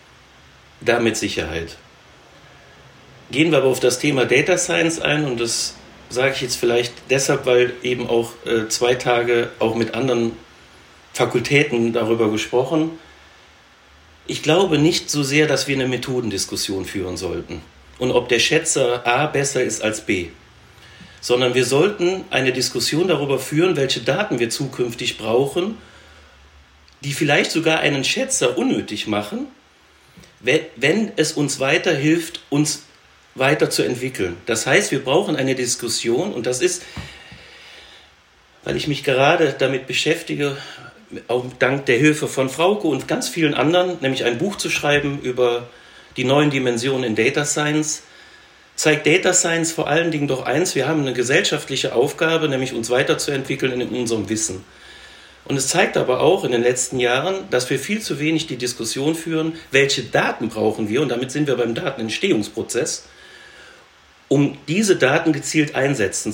Da mit Sicherheit. Gehen wir aber auf das Thema Data Science ein und das sage ich jetzt vielleicht deshalb, weil eben auch 2 Tage auch mit anderen Fakultäten darüber gesprochen. Ich glaube nicht so sehr, dass wir eine Methodendiskussion führen sollten und ob der Schätzer A besser ist als B, sondern wir sollten eine Diskussion darüber führen, welche Daten wir zukünftig brauchen, die vielleicht sogar einen Schätzer unnötig machen, wenn es uns weiterhilft, uns weiterzuentwickeln. Das heißt, wir brauchen eine Diskussion, und das ist, weil ich mich gerade damit beschäftige, auch dank der Hilfe von Frauke und ganz vielen anderen, nämlich ein Buch zu schreiben über die neuen Dimensionen in Data Science, zeigt Data Science vor allen Dingen doch eins: Wir haben eine gesellschaftliche Aufgabe, nämlich uns weiterzuentwickeln in unserem Wissen. Und es zeigt aber auch in den letzten Jahren, dass wir viel zu wenig die Diskussion führen, welche Daten brauchen wir, und damit sind wir beim Datenentstehungsprozess, um diese Daten gezielt einsetzen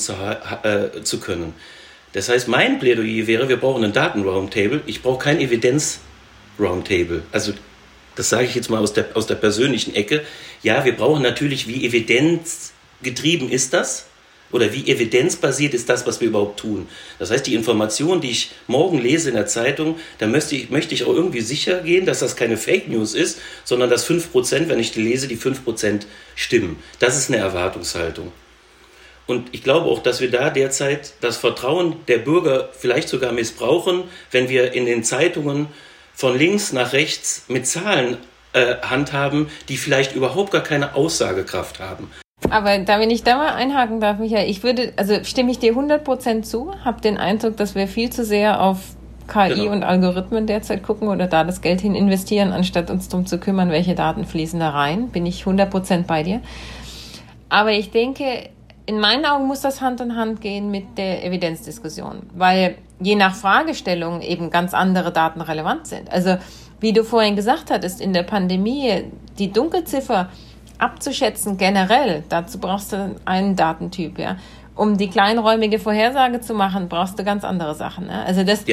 zu können. Das heißt, mein Plädoyer wäre, wir brauchen einen Daten-Roundtable. Ich brauche kein Evidenz-Roundtable. Also das sage ich jetzt mal aus der persönlichen Ecke. Ja, wir brauchen natürlich, wie evidenzgetrieben ist das? Oder wie evidenzbasiert ist das, was wir überhaupt tun? Das heißt, die Information, die ich morgen lese in der Zeitung, da möchte ich auch irgendwie sicher gehen, dass das keine Fake News ist, sondern dass 5%, wenn ich die lese, die 5% stimmen. Das ist eine Erwartungshaltung. Und ich glaube auch, dass wir da derzeit das Vertrauen der Bürger vielleicht sogar missbrauchen, wenn wir in den Zeitungen von links nach rechts mit Zahlen handhaben, die vielleicht überhaupt gar keine Aussagekraft haben. Aber wenn ich da mal einhaken darf, Michael, stimme ich dir 100% zu, habe den Eindruck, dass wir viel zu sehr auf KI und Algorithmen derzeit gucken oder da das Geld hin investieren, anstatt uns darum zu kümmern, welche Daten fließen da rein. Bin ich 100% bei dir. Aber ich denke, in meinen Augen muss das Hand in Hand gehen mit der Evidenzdiskussion, weil je nach Fragestellung eben ganz andere Daten relevant sind. Also wie du vorhin gesagt hattest, in der Pandemie die Dunkelziffer abzuschätzen generell, dazu brauchst du einen Datentyp, ja. Um die kleinräumige Vorhersage zu machen, brauchst du ganz andere Sachen. Ne? Also das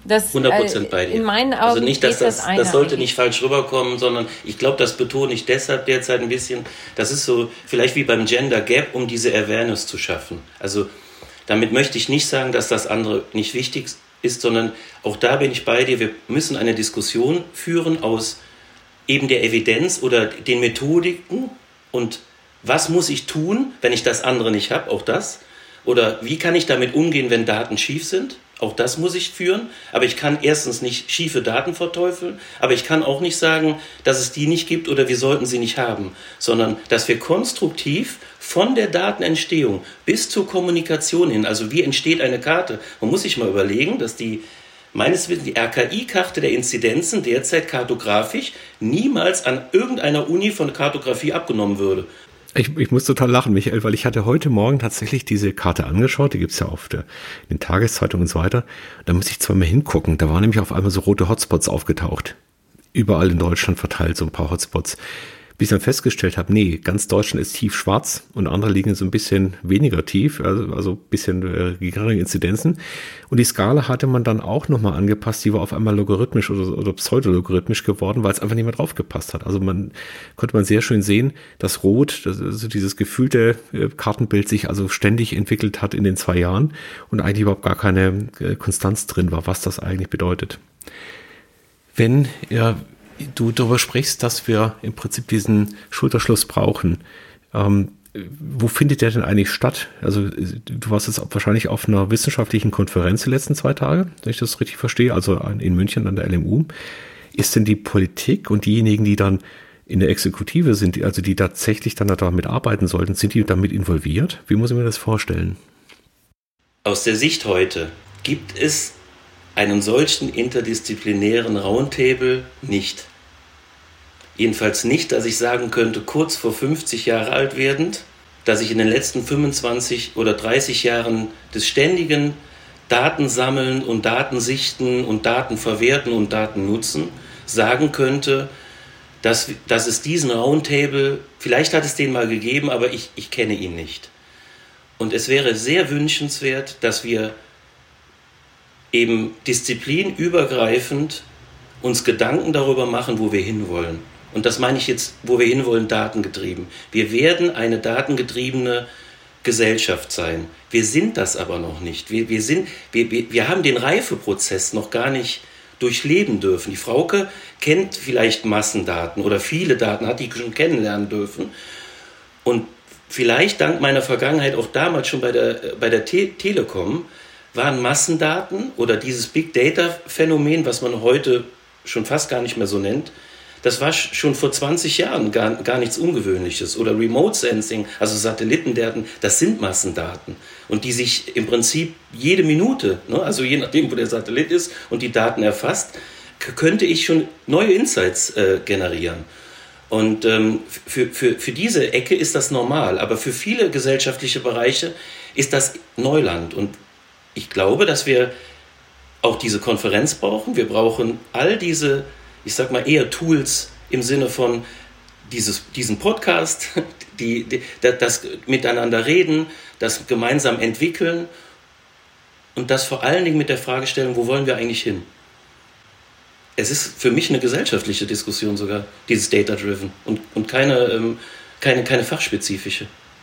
100% bei dir. In meinen Augen also nicht, dass das sollte nicht falsch rüberkommen, sondern ich glaube, das betone ich deshalb derzeit ein bisschen. Das ist so vielleicht wie beim Gender Gap, um diese Awareness zu schaffen. Also damit möchte ich nicht sagen, dass das andere nicht wichtig ist, sondern auch da bin ich bei dir. Wir müssen eine Diskussion führen aus eben der Evidenz oder den Methodiken und was muss ich tun, wenn ich das andere nicht habe, auch das. Oder wie kann ich damit umgehen, wenn Daten schief sind? Auch das muss ich führen. Aber ich kann erstens nicht schiefe Daten verteufeln, aber ich kann auch nicht sagen, dass es die nicht gibt oder wir sollten sie nicht haben, sondern dass wir konstruktiv von der Datenentstehung bis zur Kommunikation hin, also wie entsteht eine Karte? Man muss sich mal überlegen, dass meines Wissens die RKI-Karte der Inzidenzen derzeit kartografisch niemals an irgendeiner Uni von Kartografie abgenommen würde. Ich muss total lachen, Michael, weil ich hatte heute Morgen tatsächlich diese Karte angeschaut, die gibt's ja in den Tageszeitungen und so weiter. Da muss ich zweimal hingucken, da waren nämlich auf einmal so rote Hotspots aufgetaucht. Überall in Deutschland verteilt so ein paar Hotspots. Bis ich dann festgestellt habe, nee, ganz Deutschland ist tiefschwarz und andere liegen so ein bisschen weniger tief, also ein bisschen geringere Inzidenzen. Und die Skala hatte man dann auch nochmal angepasst, die war auf einmal logarithmisch oder pseudologarithmisch geworden, weil es einfach nicht mehr drauf gepasst hat. Also konnte man sehr schön sehen, dass Rot, also dieses gefühlte Kartenbild sich also ständig entwickelt hat in den 2 Jahren und eigentlich überhaupt gar keine Konstanz drin war, was das eigentlich bedeutet. Wenn du darüber sprichst, dass wir im Prinzip diesen Schulterschluss brauchen. Wo findet der denn eigentlich statt? Also du warst jetzt wahrscheinlich auf einer wissenschaftlichen Konferenz die letzten 2 Tage, wenn ich das richtig verstehe, also in München an der LMU. Ist denn die Politik und diejenigen, die dann in der Exekutive sind, also die tatsächlich dann damit arbeiten sollten, sind die damit involviert? Wie muss ich mir das vorstellen? Aus der Sicht heute gibt es einen solchen interdisziplinären Roundtable nicht. Jedenfalls nicht, dass ich sagen könnte, kurz vor 50 Jahre alt werdend, dass ich in den letzten 25 oder 30 Jahren des ständigen Datensammeln und Datensichten und Datenverwerten und Datennutzen sagen könnte, dass es diesen Roundtable, vielleicht hat es den mal gegeben, aber ich kenne ihn nicht. Und es wäre sehr wünschenswert, dass wir eben disziplinübergreifend uns Gedanken darüber machen, wo wir hinwollen. Und das meine ich jetzt, wo wir hinwollen, datengetrieben. Wir werden eine datengetriebene Gesellschaft sein. Wir sind das aber noch nicht. Wir haben den Reifeprozess noch gar nicht durchleben dürfen. Die Frauke kennt vielleicht Massendaten oder viele Daten, hat die schon kennenlernen dürfen. Und vielleicht dank meiner Vergangenheit auch damals schon bei der Telekom waren Massendaten oder dieses Big Data Phänomen, was man heute schon fast gar nicht mehr so nennt, das war schon vor 20 Jahren gar nichts Ungewöhnliches. Oder Remote Sensing, also Satellitendaten, das sind Massendaten. Und die sich im Prinzip jede Minute, ne, also je nachdem, wo der Satellit ist und die Daten erfasst, könnte ich schon neue Insights generieren. Und für diese Ecke ist das normal. Aber für viele gesellschaftliche Bereiche ist das Neuland. Und ich glaube, dass wir auch diese Konferenz brauchen. Wir brauchen all diese, ich sag mal, eher Tools im Sinne von diesen Podcast, das Miteinander reden, das gemeinsam entwickeln und das vor allen Dingen mit der Fragestellung, wo wollen wir eigentlich hin? Es ist für mich eine gesellschaftliche Diskussion sogar, dieses Data-Driven und keine fachspezifische.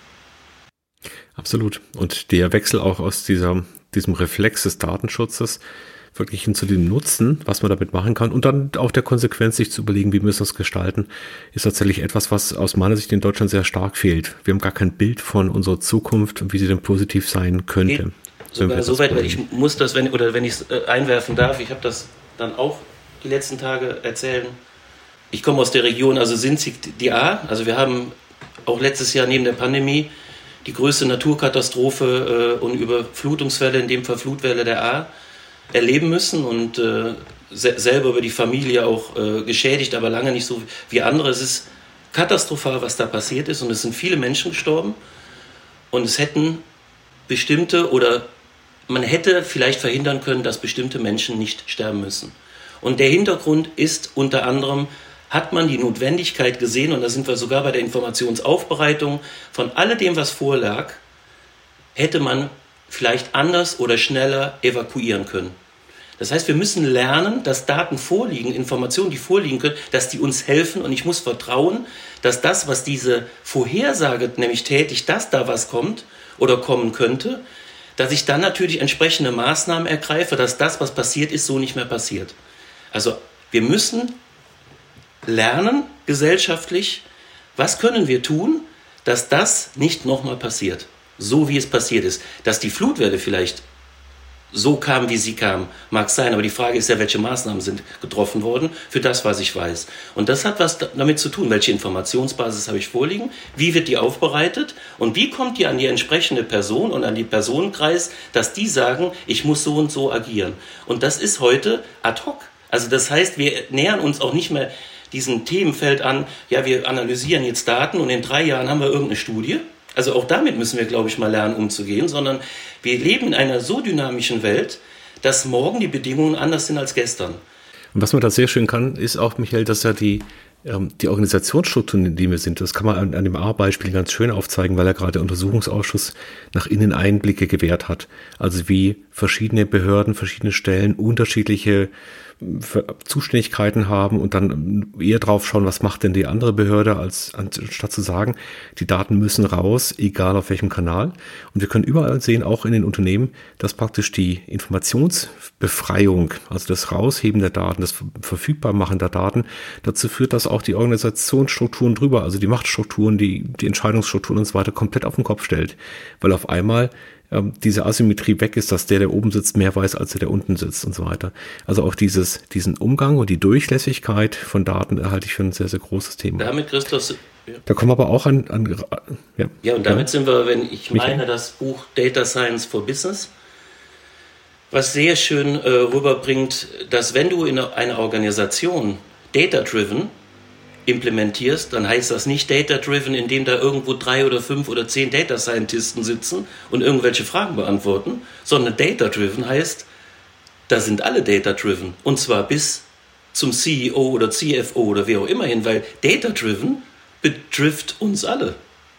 Absolut. Und der Wechsel auch aus diesem Reflex des Datenschutzes wirklich hin zu dem Nutzen, was man damit machen kann und dann auch der Konsequenz, sich zu überlegen, wie müssen wir es gestalten, ist tatsächlich etwas, was aus meiner Sicht in Deutschland sehr stark fehlt. Wir haben gar kein Bild von unserer Zukunft und wie sie denn positiv sein könnte. Sogar soweit, weil ich muss das, wenn ich es einwerfen darf, ich habe das dann auch die letzten Tage erzählen. Ich komme aus der Region, also Sinzig, die Ahr. Also wir haben auch letztes Jahr neben der Pandemie die größte Naturkatastrophe und Überflutungswelle, in dem Fall Flutwelle der Ahr, erleben müssen und selber über die Familie auch geschädigt, aber lange nicht so wie andere. Es ist katastrophal, was da passiert ist und es sind viele Menschen gestorben und es hätten bestimmte oder man hätte vielleicht verhindern können, dass bestimmte Menschen nicht sterben müssen. Und der Hintergrund ist unter anderem, hat man die Notwendigkeit gesehen, und da sind wir sogar bei der Informationsaufbereitung, von alledem, was vorlag, hätte man vielleicht anders oder schneller evakuieren können. Das heißt, wir müssen lernen, dass Daten vorliegen, Informationen, die vorliegen können, dass die uns helfen und ich muss vertrauen, dass das, was diese Vorhersage nämlich tätigt, dass da was kommt oder kommen könnte, dass ich dann natürlich entsprechende Maßnahmen ergreife, dass das, was passiert ist, so nicht mehr passiert. Also wir müssen lernen, gesellschaftlich, was können wir tun, dass das nicht nochmal passiert, so wie es passiert ist. Dass die Flutwelle vielleicht so kam, wie sie kam, mag sein, aber die Frage ist ja, welche Maßnahmen sind getroffen worden für das, was ich weiß. Und das hat was damit zu tun, welche Informationsbasis habe ich vorliegen, wie wird die aufbereitet und wie kommt die an die entsprechende Person und an den Personenkreis, dass die sagen, ich muss so und so agieren. Und das ist heute ad hoc. Also das heißt, wir nähern uns auch nicht mehr diesem Themenfeld an, ja, wir analysieren jetzt Daten und in 3 Jahren haben wir irgendeine Studie. Also auch damit müssen wir, glaube ich, mal lernen, umzugehen, sondern wir leben in einer so dynamischen Welt, dass morgen die Bedingungen anders sind als gestern. Und was man da sehr schön kann, ist auch, Michael, dass ja die Organisationsstrukturen, in denen wir sind, das kann man an dem A-Beispiel ganz schön aufzeigen, weil er gerade der Untersuchungsausschuss nach innen Einblicke gewährt hat. Also wie verschiedene Behörden, verschiedene Stellen unterschiedliche Zuständigkeiten haben und dann eher drauf schauen, was macht denn die andere Behörde, anstatt zu sagen, die Daten müssen raus, egal auf welchem Kanal. Und wir können überall sehen, auch in den Unternehmen, dass praktisch die Informationsbefreiung, also das Rausheben der Daten, das Verfügbarmachen der Daten, dazu führt, dass auch die Organisationsstrukturen drüber, also die Machtstrukturen, die Entscheidungsstrukturen und so weiter, komplett auf den Kopf stellt. Weil auf einmal diese Asymmetrie weg ist, dass der oben sitzt, mehr weiß, als der unten sitzt und so weiter. Also auch diesen Umgang und die Durchlässigkeit von Daten halte ich für ein sehr, sehr großes Thema. Damit, Christoph, da kommen wir aber auch an ja, und damit sind wir, das Buch Data Science for Business, was sehr schön rüberbringt, dass wenn du in einer Organisation Data-Driven implementierst, dann heißt das nicht Data-Driven, indem da irgendwo 3 oder 5 oder 10 Data Scientisten sitzen und irgendwelche Fragen beantworten, sondern Data-Driven heißt, da sind alle Data-Driven und zwar bis zum CEO oder CFO oder wer auch immer hin, weil Data-Driven betrifft uns alle.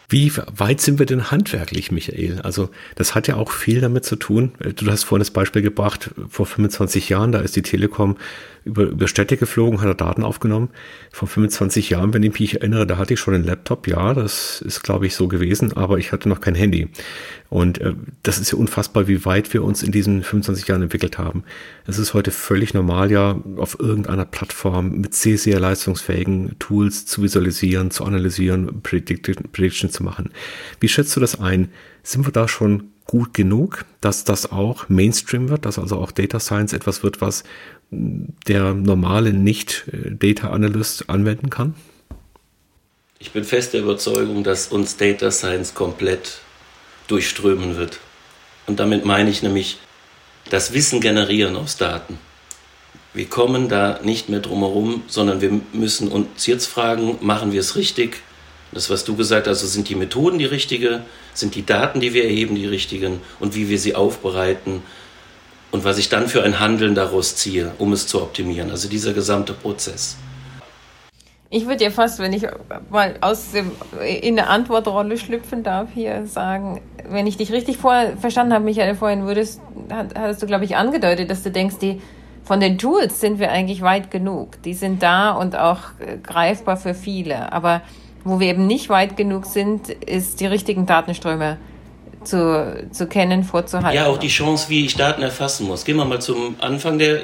Wie weit sind wir denn handwerklich, Michael? Also das hat ja auch viel damit zu tun. Du hast vorhin das Beispiel gebracht, vor 25 Jahren, da ist die Telekom über Städte geflogen, hat er Daten aufgenommen. Vor 25 Jahren, wenn ich mich erinnere, da hatte ich schon einen Laptop. Ja, das ist, glaube ich, so gewesen, aber ich hatte noch kein Handy. Und das ist ja unfassbar, wie weit wir uns in diesen 25 Jahren entwickelt haben. Es ist heute völlig normal, ja, auf irgendeiner Plattform mit sehr, sehr leistungsfähigen Tools zu visualisieren, zu analysieren, Prediction zu machen. Wie schätzt du das ein? Sind wir da schon gut genug, dass das auch Mainstream wird, dass also auch Data Science etwas wird, was der normale Nicht-Data-Analyst anwenden kann? Ich bin fest der Überzeugung, dass uns Data Science komplett durchströmen wird. Und damit meine ich nämlich das Wissen generieren aus Daten. Wir kommen da nicht mehr drum herum, sondern wir müssen uns jetzt fragen, machen wir es richtig? Das, was du gesagt hast, also sind die Methoden die richtige, sind die Daten, die wir erheben, die richtigen und wie wir sie aufbereiten und was ich dann für ein Handeln daraus ziehe, um es zu optimieren. Also dieser gesamte Prozess. Ich würde ja fast, wenn ich mal in eine Antwortrolle schlüpfen darf, hier sagen, wenn ich dich richtig verstanden habe, Michael, vorhin hattest du, glaube ich, angedeutet, dass du denkst, von den Tools sind wir eigentlich weit genug. Die sind da und auch greifbar für viele. Aber wo wir eben nicht weit genug sind, ist die richtigen Datenströme zu kennen, vorzuhalten. Ja, auch die Chance, wie ich Daten erfassen muss. Gehen wir mal zum Anfang der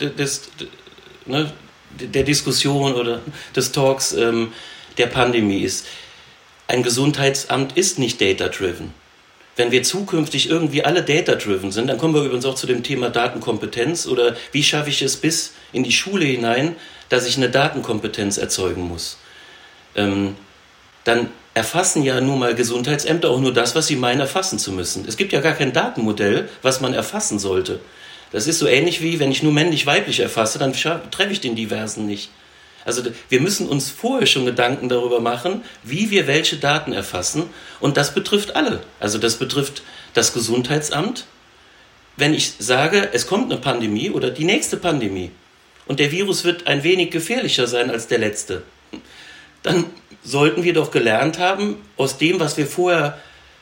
Diskussion oder des Talks der Pandemie ist. Ein Gesundheitsamt ist nicht data-driven. Wenn wir zukünftig irgendwie alle data-driven sind, dann kommen wir übrigens auch zu dem Thema Datenkompetenz oder wie schaffe ich es bis in die Schule hinein, dass ich eine Datenkompetenz erzeugen muss. Dann erfassen ja nun mal Gesundheitsämter auch nur das, was sie meinen, erfassen zu müssen. Es gibt ja gar kein Datenmodell, was man erfassen sollte. Das ist so ähnlich wie, wenn ich nur männlich-weiblich erfasse, dann treffe ich den Diversen nicht. Also wir müssen uns vorher schon Gedanken darüber machen, wie wir welche Daten erfassen. Und das betrifft alle. Also das betrifft das Gesundheitsamt. Wenn ich sage, es kommt eine Pandemie oder die nächste Pandemie und der Virus wird ein wenig gefährlicher sein als der letzte, dann sollten wir doch gelernt haben aus dem, was wir vorher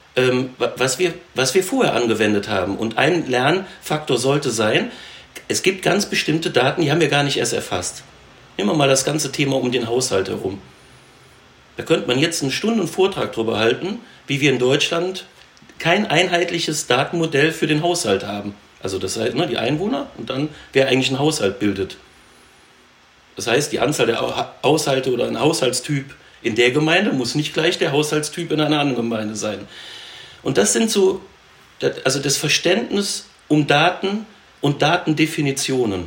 angewendet haben. Und ein Lernfaktor sollte sein, es gibt ganz bestimmte Daten, die haben wir gar nicht erst erfasst. Nehmen wir mal das ganze Thema um den Haushalt herum. Da könnte man jetzt eine Stunde einen Vortrag darüber halten, wie wir in Deutschland kein einheitliches Datenmodell für den Haushalt haben. Also das heißt, die Einwohner und dann wer eigentlich einen Haushalt bildet. Das heißt, die Anzahl der Haushalte oder ein Haushaltstyp in der Gemeinde muss nicht gleich der Haushaltstyp in einer anderen Gemeinde sein. Und das sind so, also das Verständnis um Daten und Datendefinitionen.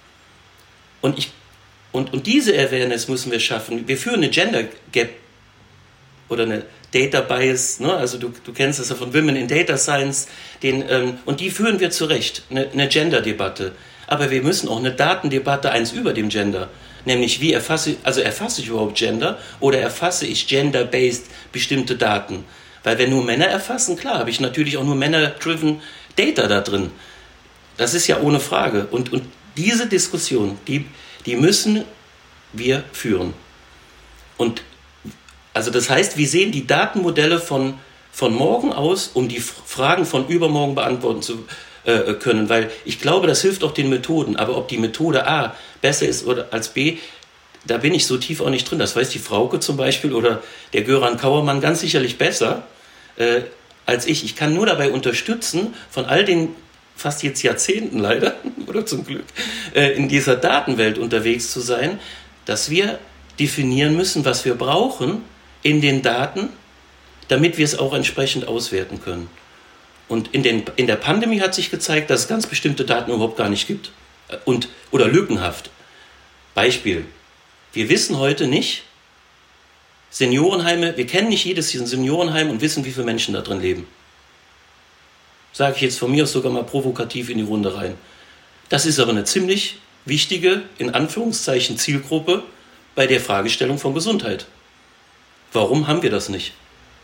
Und diese Awareness müssen wir schaffen. Wir führen eine Gender Gap oder eine Data Bias, ne? Also du kennst das ja von Women in Data Science, und die führen wir zurecht, eine Gender-Debatte. Aber wir müssen auch eine Datendebatte eins über dem Gender, nämlich erfasse ich überhaupt Gender oder erfasse ich gender-based bestimmte Daten? Weil wenn nur Männer erfassen, klar, habe ich natürlich auch nur Männer-driven Data da drin. Das ist ja ohne Frage. Und diese Diskussion, die müssen wir führen. Und also das heißt, wir sehen die Datenmodelle von morgen aus, um die Fragen von übermorgen beantworten zu können, weil ich glaube, das hilft auch den Methoden, aber ob die Methode A besser ist als B, da bin ich so tief auch nicht drin. Das weiß die Frauke zum Beispiel oder der Göran Kauermann ganz sicherlich besser als ich. Ich kann nur dabei unterstützen, von all den fast jetzt Jahrzehnten leider, oder zum Glück, in dieser Datenwelt unterwegs zu sein, dass wir definieren müssen, was wir brauchen in den Daten, damit wir es auch entsprechend auswerten können. Und in der Pandemie hat sich gezeigt, dass es ganz bestimmte Daten überhaupt gar nicht gibt oder lückenhaft. Beispiel, wir wissen heute nicht, Seniorenheime, wir kennen nicht jedes Seniorenheim und wissen, wie viele Menschen da drin leben. Sage ich jetzt von mir aus sogar mal provokativ in die Runde rein. Das ist aber eine ziemlich wichtige, in Anführungszeichen, Zielgruppe bei der Fragestellung von Gesundheit. Warum haben wir das nicht?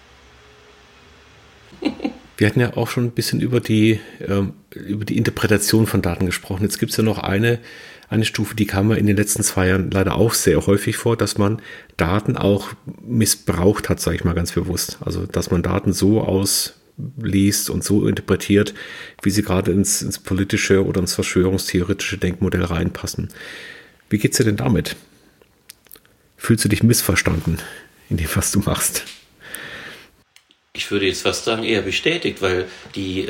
Wir hatten ja auch schon ein bisschen über die Interpretation von Daten gesprochen. Jetzt gibt es ja noch eine eine Stufe, die kam mir in den letzten 2 Jahren leider auch sehr häufig vor, dass man Daten auch missbraucht hat, sage ich mal ganz bewusst. Also dass man Daten so ausliest und so interpretiert, wie sie gerade ins politische oder ins verschwörungstheoretische Denkmodell reinpassen. Wie geht's dir denn damit? Fühlst du dich missverstanden in dem, was du machst? Ich würde jetzt fast sagen, eher bestätigt, weil die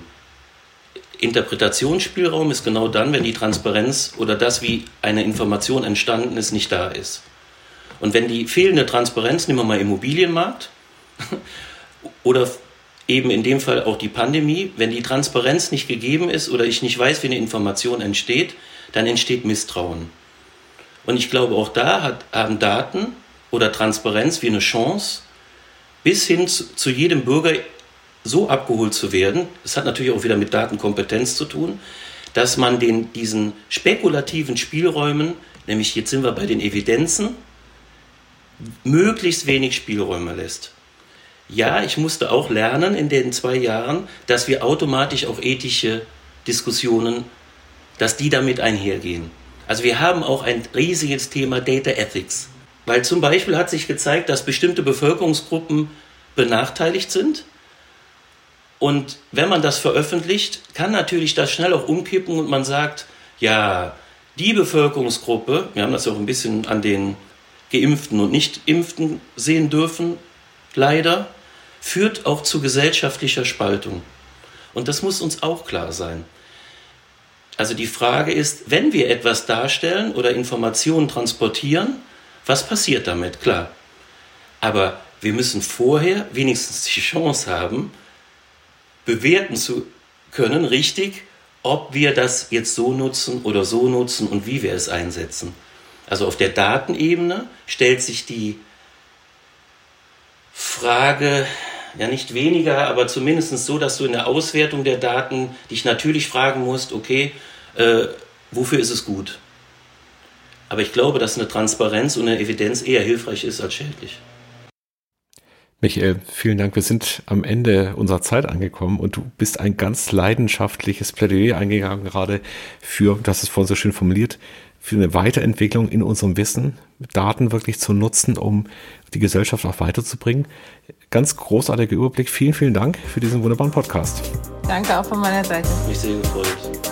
Interpretationsspielraum ist genau dann, wenn die Transparenz oder das, wie eine Information entstanden ist, nicht da ist. Und wenn die fehlende Transparenz, nehmen wir mal Immobilienmarkt oder eben in dem Fall auch die Pandemie, wenn die Transparenz nicht gegeben ist oder ich nicht weiß, wie eine Information entsteht, dann entsteht Misstrauen. Und ich glaube, auch da haben Daten oder Transparenz wie eine Chance, bis hin zu jedem Bürger so abgeholt zu werden, das hat natürlich auch wieder mit Datenkompetenz zu tun, dass man diesen spekulativen Spielräumen, nämlich jetzt sind wir bei den Evidenzen, möglichst wenig Spielräume lässt. Ja, ich musste auch lernen in den 2 Jahren, dass wir automatisch auch ethische Diskussionen, dass die damit einhergehen. Also wir haben auch ein riesiges Thema Data Ethics. Weil zum Beispiel hat sich gezeigt, dass bestimmte Bevölkerungsgruppen benachteiligt sind. Und wenn man das veröffentlicht, kann natürlich das schnell auch umkippen und man sagt, ja, die Bevölkerungsgruppe, wir haben das ja auch ein bisschen an den Geimpften und Nicht-Impften sehen dürfen, leider, führt auch zu gesellschaftlicher Spaltung. Und das muss uns auch klar sein. Also die Frage ist, wenn wir etwas darstellen oder Informationen transportieren, was passiert damit? Klar. Aber wir müssen vorher wenigstens die Chance haben, bewerten zu können, richtig, ob wir das jetzt so nutzen oder so nutzen und wie wir es einsetzen. Also auf der Datenebene stellt sich die Frage, ja nicht weniger, aber zumindest so, dass du in der Auswertung der Daten dich natürlich fragen musst, okay, wofür ist es gut? Aber ich glaube, dass eine Transparenz und eine Evidenz eher hilfreich ist als schädlich. Michael, vielen Dank. Wir sind am Ende unserer Zeit angekommen und du bist ein ganz leidenschaftliches Plädoyer eingegangen, gerade für, du hast es vorhin so schön formuliert, für eine Weiterentwicklung in unserem Wissen, Daten wirklich zu nutzen, um die Gesellschaft auch weiterzubringen. Ganz großartiger Überblick. Vielen, vielen Dank für diesen wunderbaren Podcast. Danke auch von meiner Seite. Mich sehr gefreut.